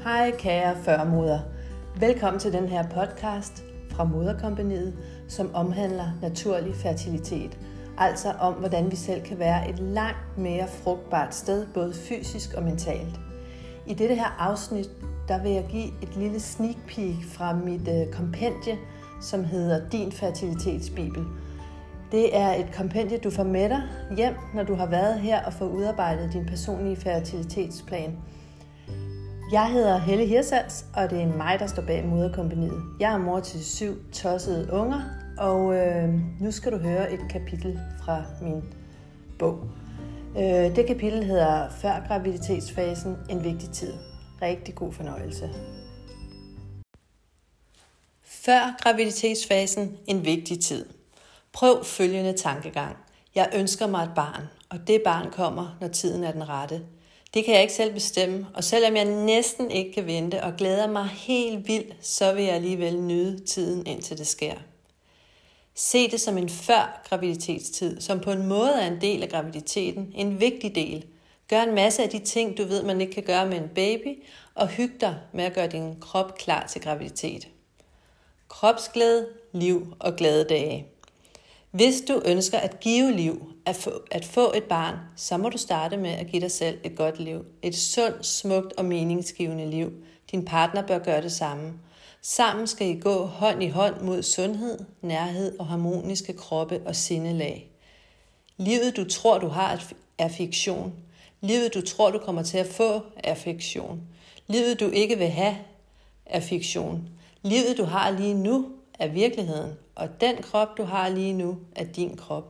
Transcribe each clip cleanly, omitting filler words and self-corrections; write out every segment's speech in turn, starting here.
Hej kære førmoder. Velkommen til den her podcast fra Moderkompagniet, som omhandler naturlig fertilitet. Altså om, hvordan vi selv kan være et langt mere frugtbart sted, både fysisk og mentalt. I dette her afsnit, der vil jeg give et lille sneak peek fra mit kompendie, som hedder Din Fertilitetsbibel. Det er et kompendie, du får med dig hjem, når du har været her og får udarbejdet din personlige fertilitetsplan. Jeg hedder Helle Hirsals, og det er mig, der står bag Moderkompagniet. Jeg er mor til 7 tossede unger, og nu skal du høre et kapitel fra min bog. Det kapitel hedder Før graviditetsfasen, en vigtig tid. Rigtig god fornøjelse. Før graviditetsfasen, en vigtig tid. Prøv følgende tankegang. Jeg ønsker mig et barn, og det barn kommer, når tiden er den rette. Det kan jeg ikke selv bestemme, og selvom jeg næsten ikke kan vente og glæder mig helt vildt, så vil jeg alligevel nyde tiden, indtil det sker. Se det som en før-graviditetstid, som på en måde er en del af graviditeten, en vigtig del. Gør en masse af de ting, du ved, man ikke kan gøre med en baby, og hyg dig med at gøre din krop klar til graviditet. Kropsglæde, liv og glade dage. Hvis du ønsker at give liv, at få et barn, så må du starte med at give dig selv et godt liv. Et sundt, smukt og meningsgivende liv. Din partner bør gøre det samme. Sammen skal I gå hånd i hånd mod sundhed, nærhed og harmoniske kroppe og sindelag. Livet du tror du har er fiktion. Livet du tror du kommer til at få er fiktion. Livet du ikke vil have er fiktion. Livet du har lige nu er virkeligheden, og den krop, du har lige nu, er din krop.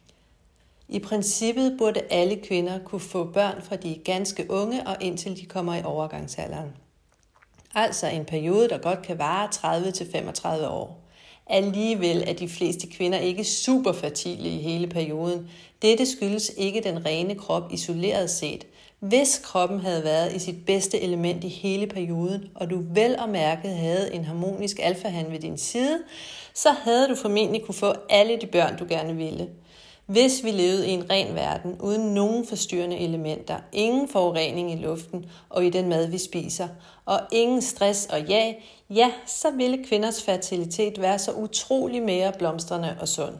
I princippet burde alle kvinder kunne få børn fra de ganske unge og indtil de kommer i overgangsalderen. Altså en periode, der godt kan vare 30-35 år. Alligevel er de fleste kvinder ikke super fertile i hele perioden. Dette skyldes ikke den rene krop isoleret set. Hvis kroppen havde været i sit bedste element i hele perioden, og du vel og mærket havde en harmonisk alfahan ved din side, så havde du formentlig kunne få alle de børn, du gerne ville. Hvis vi levede i en ren verden, uden nogen forstyrrende elementer, ingen forurening i luften og i den mad, vi spiser, og ingen stress og ja, så ville kvinders fertilitet være så utrolig mere blomstrende og sund.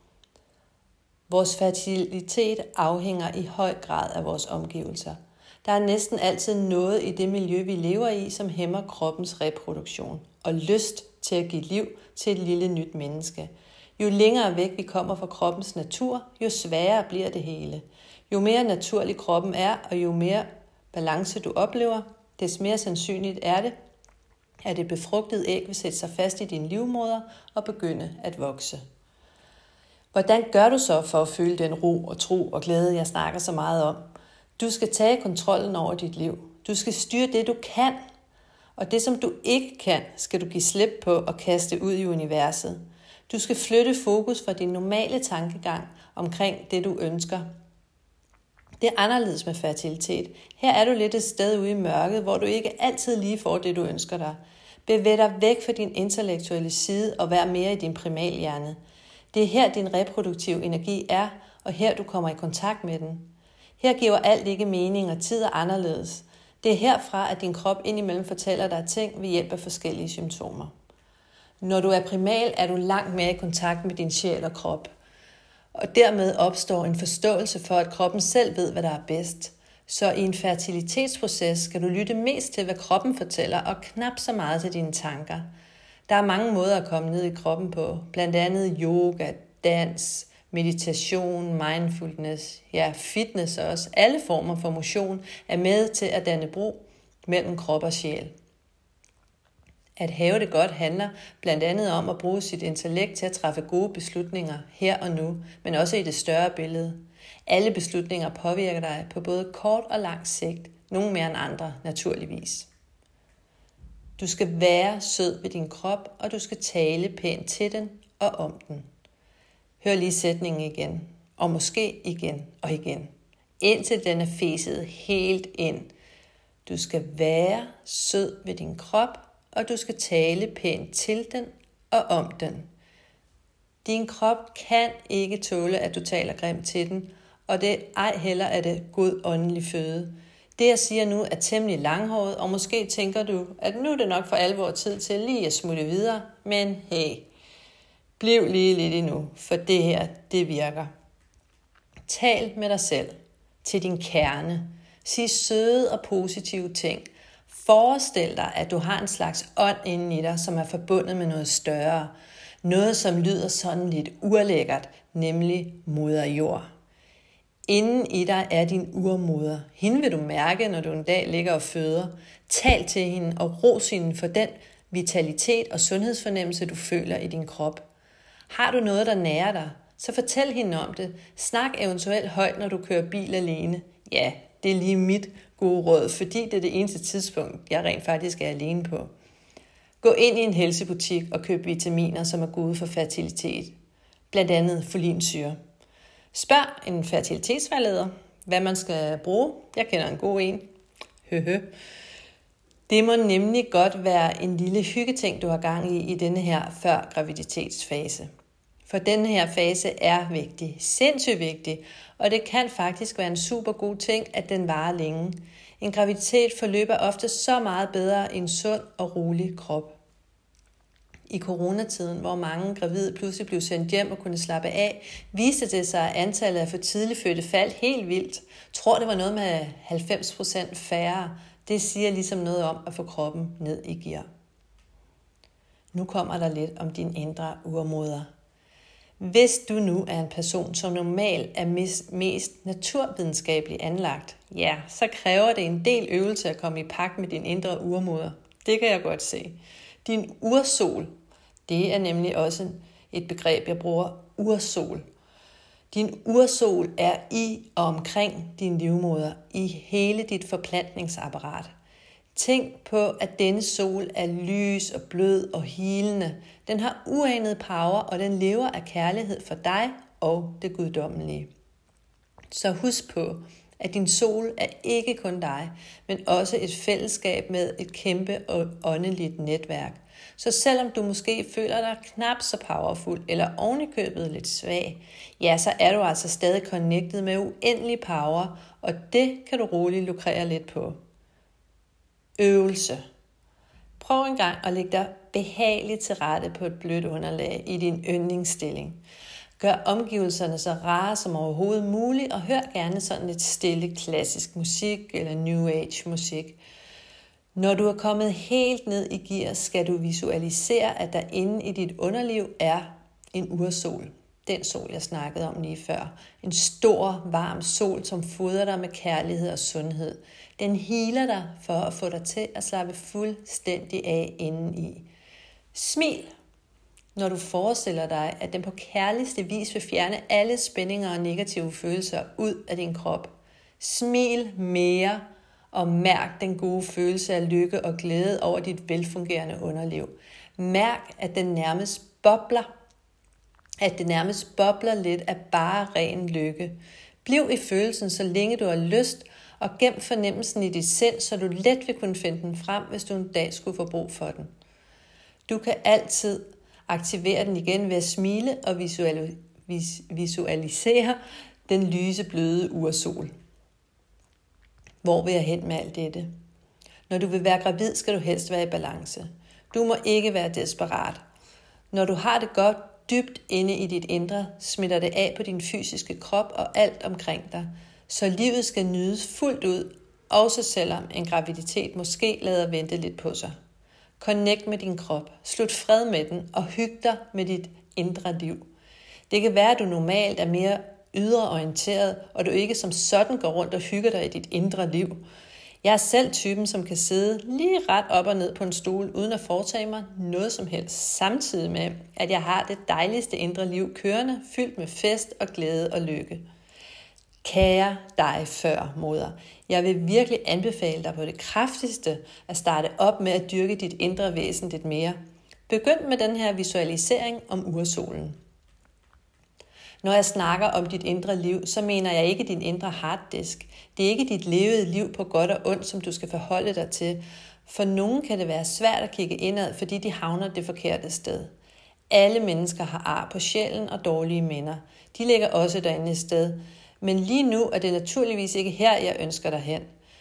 Vores fertilitet afhænger i høj grad af vores omgivelser. Der er næsten altid noget i det miljø, vi lever i, som hæmmer kroppens reproduktion og lyst til at give liv til et lille nyt menneske. Jo længere væk vi kommer fra kroppens natur, jo sværere bliver det hele. Jo mere naturlig kroppen er, og jo mere balance du oplever, des mere sandsynligt er det, at det befrugtede æg vil sætte sig fast i din livmoder og begynde at vokse. Hvordan gør du så for at føle den ro og tro og glæde, jeg snakker så meget om? Du skal tage kontrollen over dit liv. Du skal styre det, du kan. Og det, som du ikke kan, skal du give slip på og kaste ud i universet. Du skal flytte fokus fra din normale tankegang omkring det, du ønsker. Det er anderledes med fertilitet. Her er du lidt et sted ude i mørket, hvor du ikke altid lige får det, du ønsker dig. Bevæg dig væk fra din intellektuelle side og vær mere i din primalhjerne. Det er her, din reproduktive energi er, og her du kommer i kontakt med den. Her giver alt ikke mening, og tid er anderledes. Det er herfra, at din krop indimellem fortæller dig ting ved hjælp af forskellige symptomer. Når du er primal, er du langt mere i kontakt med din sjæl og krop. Og dermed opstår en forståelse for, at kroppen selv ved, hvad der er bedst. Så i en fertilitetsproces skal du lytte mest til, hvad kroppen fortæller, og knap så meget til dine tanker. Der er mange måder at komme ned i kroppen på, blandt andet yoga, dans, meditation, mindfulness, ja, fitness også. Alle former for motion er med til at danne bro mellem krop og sjæl. At have det godt handler blandt andet om at bruge sit intellekt til at træffe gode beslutninger her og nu, men også i det større billede. Alle beslutninger påvirker dig på både kort og lang sigt, nogle mere end andre naturligvis. Du skal være sød ved din krop, og du skal tale pænt til den og om den. Hør lige sætningen igen, og måske igen og igen, indtil den er fæset helt ind. Du skal være sød ved din krop, og du skal tale pænt til den og om den. Din krop kan ikke tåle, at du taler grimt til den, og det ej heller er det god åndelig føde. Det jeg siger nu er temmelig langhåret, og måske tænker du, at nu er det nok for alvor tid til lige at smutte videre. Men hey, bliv lige lidt endnu, for det her, det virker. Tal med dig selv, til din kerne. Sig søde og positive ting. Forestil dig, at du har en slags ånd inden i dig, som er forbundet med noget større. Noget, som lyder sådan lidt urlækkert, nemlig moder jord. Inden i dig er din urmoder. Hende vil du mærke, når du en dag ligger og føder. Tal til hende og ros hende for den vitalitet og sundhedsfornemmelse, du føler i din krop. Har du noget, der nærer dig, så fortæl hende om det. Snak eventuelt højt, når du kører bil alene. Ja, det er lige mit gode råd, fordi det er det eneste tidspunkt, jeg rent faktisk er alene på. Gå ind i en helsebutik og køb vitaminer, som er gode for fertilitet. Blandt andet folinsyre. Spørg en fertilitetsvejleder, hvad man skal bruge. Jeg kender en god en. Det må nemlig godt være en lille hyggeting, du har gang i denne her før graviditetsfase. For denne her fase er vigtig, sindssygt vigtig, og det kan faktisk være en super god ting, at den varer længe. En graviditet forløber ofte så meget bedre i en sund og rolig krop. I coronatiden, hvor mange gravide pludselig blev sendt hjem og kunne slappe af, viste det sig, at antallet af for tidligt fødte faldt helt vildt. Tror, det var noget med 90% færre. Det siger ligesom noget om at få kroppen ned i gear. Nu kommer der lidt om din indre urmoder. Hvis du nu er en person, som normalt er mest naturvidenskabeligt anlagt, ja, så kræver det en del øvelse at komme i pagt med din indre urmoder. Det kan jeg godt se. Din ursol, det er nemlig også et begreb, jeg bruger, ursol. Din ursol er i og omkring din livmoder, i hele dit forplantningsapparat. Tænk på, at denne sol er lys og blød og healende. Den har uanet power, og den lever af kærlighed for dig og det guddommelige. Så husk på, at din sol er ikke kun dig, men også et fællesskab med et kæmpe og åndeligt netværk. Så selvom du måske føler dig knap så powerful eller ovenikøbet lidt svag, ja, så er du altså stadig connected med uendelig power, og det kan du roligt lukrere lidt på. Øvelse. Prøv en gang at lægge dig behageligt til rette på et blødt underlag i din yndlingsstilling. Gør omgivelserne så rare som overhovedet muligt, og hør gerne sådan lidt stille klassisk musik eller New Age musik. Når du er kommet helt ned i gear, skal du visualisere, at der inde i dit underliv er en ursol. Den sol, jeg snakkede om lige før. En stor, varm sol, som fodrer dig med kærlighed og sundhed. Den healer dig for at få dig til at slappe fuldstændig af indeni. Smil, når du forestiller dig, at den på kærligste vis vil fjerne alle spændinger og negative følelser ud af din krop. Smil mere og mærk den gode følelse af lykke og glæde over dit velfungerende underliv. Mærk, at det nærmest bobler lidt af bare ren lykke. Bliv i følelsen, så længe du har lyst, og gem fornemmelsen i dit sind, så du let vil kunne finde den frem, hvis du en dag skulle få brug for den. Du kan altid aktivere den igen ved at smile og visualisere den lyse, bløde ursol. Hvor vil jeg hen med alt dette? Når du vil være gravid, skal du helst være i balance. Du må ikke være desperat. Når du har det godt dybt inde i dit indre, smitter det af på din fysiske krop og alt omkring dig. Så livet skal nydes fuldt ud, også selvom en graviditet måske lader vente lidt på sig. Connect med din krop, slut fred med den og hyg dig med dit indre liv. Det kan være, at du normalt er mere ydreorienteret, og du ikke som sådan går rundt og hygger dig i dit indre liv. Jeg er selv typen, som kan sidde lige ret op og ned på en stol, uden at foretage mig noget som helst, samtidig med, at jeg har det dejligste indre liv kørende, fyldt med fest og glæde og lykke. Kære dig før, moder. Jeg vil virkelig anbefale dig på det kraftigste at starte op med at dyrke dit indre væsen lidt mere. Begynd med den her visualisering om ursolen. Når jeg snakker om dit indre liv, så mener jeg ikke din indre harddisk. Det er ikke dit levede liv på godt og ondt, som du skal forholde dig til. For nogen kan det være svært at kigge indad, fordi de havner det forkerte sted. Alle mennesker har ar på sjælen og dårlige minder. De ligger også derinde et sted. Men lige nu er det naturligvis ikke her, jeg ønsker dig hen.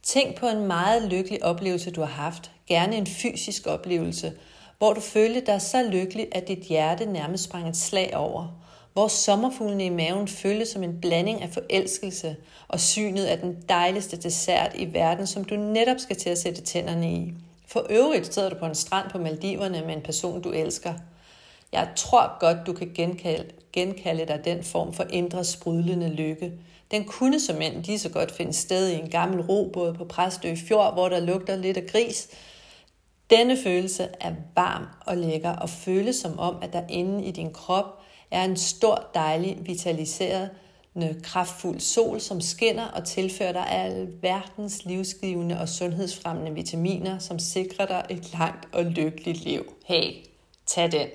Tænk på en meget lykkelig oplevelse, du har haft. Gerne en fysisk oplevelse, hvor du følte dig så lykkelig, at dit hjerte nærmest sprang et slag over. Hvor sommerfuglene i maven føltes som en blanding af forelskelse og synet af den dejligste dessert i verden, som du netop skal til at sætte tænderne i. For øvrigt sidder du på en strand på Maldiverne med en person, du elsker. Jeg tror godt, du kan genkalde dig den form for indre sprudlende lykke. Den kunne som end lige så godt finde sted i en gammel robåd på Præstø Fjord, hvor der lugter lidt af gris. Denne følelse er varm og lækker og føles som om, at der inde i din krop er en stor, dejlig, vitaliserende, kraftfuld sol, som skinner og tilfører dig alverdens livsgivende og sundhedsfremmende vitaminer, som sikrer dig et langt og lykkeligt liv. Hey, tag den!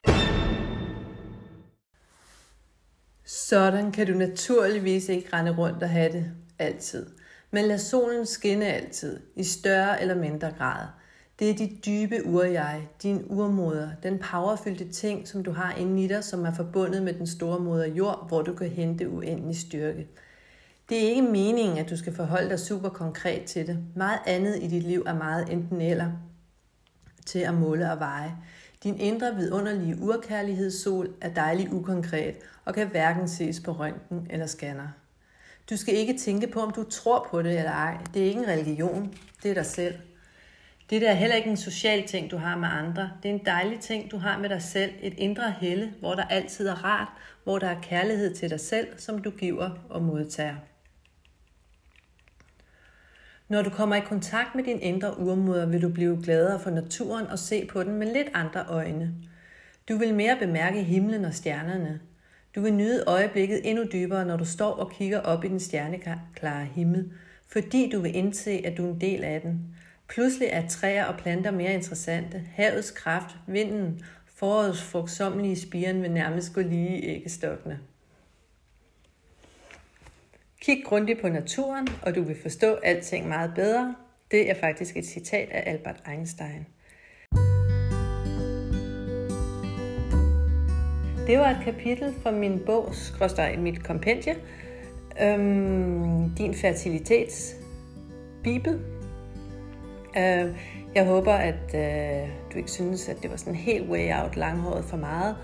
Sådan kan du naturligvis ikke rende rundt og have det altid. Men lad solen skinne altid, i større eller mindre grad. Det er dit dybe ur-jeg, din urmoder, den powerfyldte ting, som du har inde i dig, som er forbundet med den store moder jord, hvor du kan hente uendelig styrke. Det er ikke meningen, at du skal forholde dig super konkret til det. Meget andet i dit liv er meget enten eller til at måle og veje. Din indre vidunderlige urkærlighedssol er dejlig ukonkret og kan hverken ses på røntgen eller scanner. Du skal ikke tænke på, om du tror på det eller ej. Det er ikke en religion, det er dig selv. Det er heller ikke en social ting, du har med andre. Det er en dejlig ting, du har med dig selv. Et indre helle, hvor der altid er rart, hvor der er kærlighed til dig selv, som du giver og modtager. Når du kommer i kontakt med din indre urmoder, vil du blive gladere for naturen og se på den med lidt andre øjne. Du vil mere bemærke himlen og stjernerne. Du vil nyde øjeblikket endnu dybere, når du står og kigger op i den stjerneklare himmel, fordi du vil indse, at du er en del af den. Pludselig er træer og planter mere interessante. Havets kraft, vinden, forårets frugtsommelige spiren vil nærmest gå lige i æggestokkene. Kig grundigt på naturen, og du vil forstå alting meget bedre. Det er faktisk et citat af Albert Einstein. Det var et kapitel fra min bog, mit kompendie, Din fertilitetsbibel. Jeg håber, at du ikke synes, at det var sådan helt way out langhåret for meget.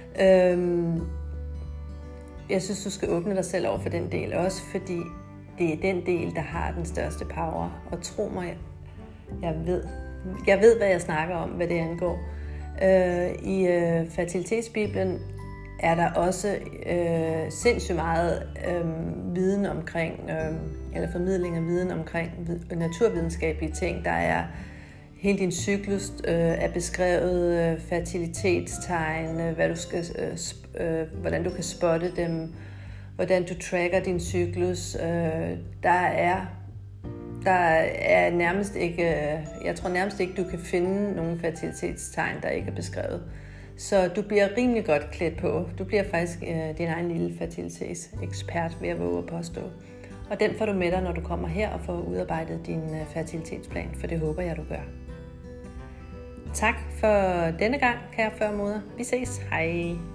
Jeg synes, du skal åbne dig selv over for den del også, fordi det er den del, der har den største power. Og tro mig, jeg ved, hvad jeg snakker om, hvad det angår. I fertilitetsbiblen er der også sindssygt meget viden omkring, eller formidling af viden omkring naturvidenskabelige ting. Der er hele din cyklus er beskrevet, fertilitetstegn, hvordan du kan spotte dem, hvordan du tracker din cyklus. Der er nærmest ikke, jeg tror nærmest ikke, du kan finde nogen fertilitetstegn, der ikke er beskrevet. Så du bliver rimelig godt klædt på. Du bliver faktisk din egen lille fertilitetsekspert, ved at våge at påstå. Og den får du med dig, når du kommer her og får udarbejdet din fertilitetsplan, for det håber jeg, du gør. Tak for denne gang, kære førmoder. Vi ses. Hej.